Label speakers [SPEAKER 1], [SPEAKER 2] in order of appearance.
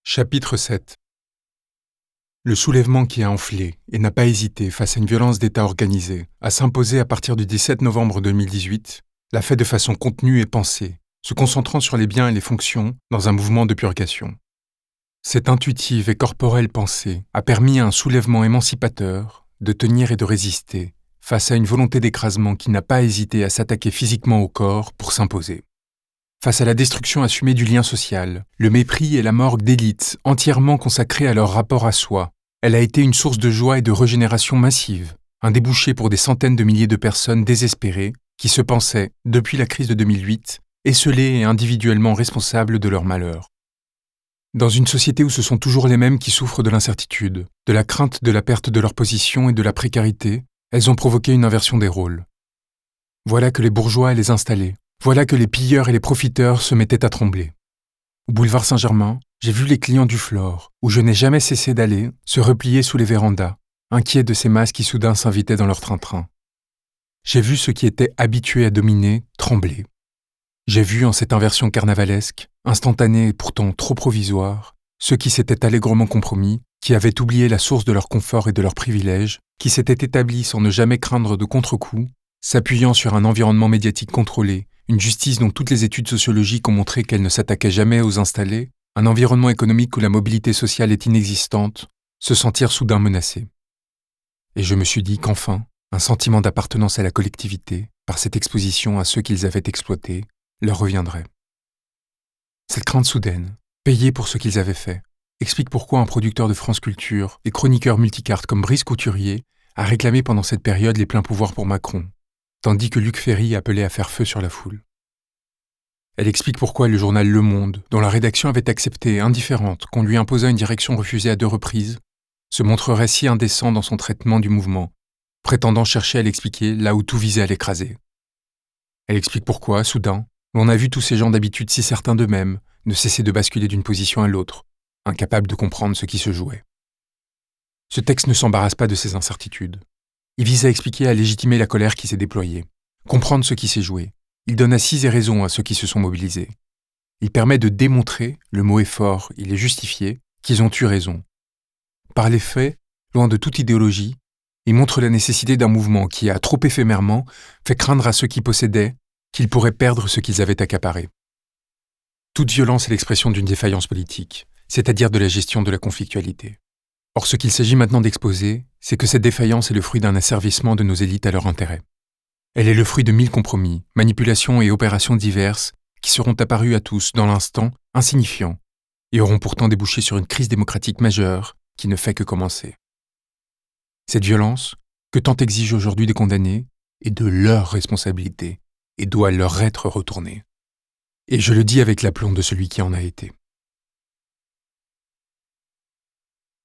[SPEAKER 1] Chapitre 7. Le soulèvement qui a enflé et n'a pas hésité face à une violence d'État organisée à s'imposer à partir du 17 novembre 2018 l'a fait de façon contenue et pensée, se concentrant sur les biens et les fonctions dans un mouvement de purgation. Cette intuitive et corporelle pensée a permis à un soulèvement émancipateur de tenir et de résister face à une volonté d'écrasement qui n'a pas hésité à s'attaquer physiquement au corps pour s'imposer. Face à la destruction assumée du lien social, le mépris et la morgue d'élites entièrement consacrées à leur rapport à soi, elle a été une source de joie et de régénération massive, un débouché pour des centaines de milliers de personnes désespérées qui se pensaient, depuis la crise de 2008, esseulées et individuellement responsables de leur malheur. Dans une société où ce sont toujours les mêmes qui souffrent de l'incertitude, de la crainte de la perte de leur position et de la précarité, elles ont provoqué une inversion des rôles. Voilà que les bourgeois et les installés, voilà que les pilleurs et les profiteurs se mettaient à trembler. Au boulevard Saint-Germain, j'ai vu les clients du Flore, où je n'ai jamais cessé d'aller, se replier sous les vérandas, inquiets de ces masses qui soudain s'invitaient dans leur train-train. J'ai vu ceux qui étaient habitués à dominer trembler. J'ai vu en cette inversion carnavalesque, instantanée et pourtant trop provisoire, ceux qui s'étaient allègrement compromis, qui avaient oublié la source de leur confort et de leurs privilèges, qui s'étaient établis sans ne jamais craindre de contre-coups, s'appuyant sur un environnement médiatique contrôlé, une justice dont toutes les études sociologiques ont montré qu'elle ne s'attaquait jamais aux installés, un environnement économique où la mobilité sociale est inexistante, se sentir soudain menacés. Et je me suis dit qu'enfin, un sentiment d'appartenance à la collectivité, par cette exposition à ceux qu'ils avaient exploités, leur reviendrait. Cette crainte soudaine, payée pour ce qu'ils avaient fait, explique pourquoi un producteur de France Culture et chroniqueur multicarte comme Brice Couturier a réclamé pendant cette période les pleins pouvoirs pour Macron, tandis que Luc Ferry appelait à faire feu sur la foule. Elle explique pourquoi le journal Le Monde, dont la rédaction avait accepté, indifférente, qu'on lui imposât une direction refusée à 2 reprises, se montrerait si indécent dans son traitement du mouvement, prétendant chercher à l'expliquer là où tout visait à l'écraser. Elle explique pourquoi, soudain, l'on a vu tous ces gens d'habitude si certains d'eux-mêmes ne cesser de basculer d'une position à l'autre, incapables de comprendre ce qui se jouait. Ce texte ne s'embarrasse pas de ces incertitudes. Il vise à expliquer et à légitimer la colère qui s'est déployée, comprendre ce qui s'est joué. Il donne assise et raison à ceux qui se sont mobilisés. Il permet de démontrer, le mot est fort, il est justifié, qu'ils ont eu raison. Par les faits, loin de toute idéologie, il montre la nécessité d'un mouvement qui a, trop éphémèrement, fait craindre à ceux qui possédaient qu'ils pourraient perdre ce qu'ils avaient accaparé. Toute violence est l'expression d'une défaillance politique, c'est-à-dire de la gestion de la conflictualité. Or, ce qu'il s'agit maintenant d'exposer, c'est que cette défaillance est le fruit d'un asservissement de nos élites à leur intérêt. Elle est le fruit de 1000 compromis, manipulations et opérations diverses qui seront apparues à tous, dans l'instant, insignifiants, et auront pourtant débouché sur une crise démocratique majeure qui ne fait que commencer. Cette violence, que tant exigent aujourd'hui des condamnés, est de leur responsabilité et doit leur être retournée. Et je le dis avec l'aplomb de celui qui en a été.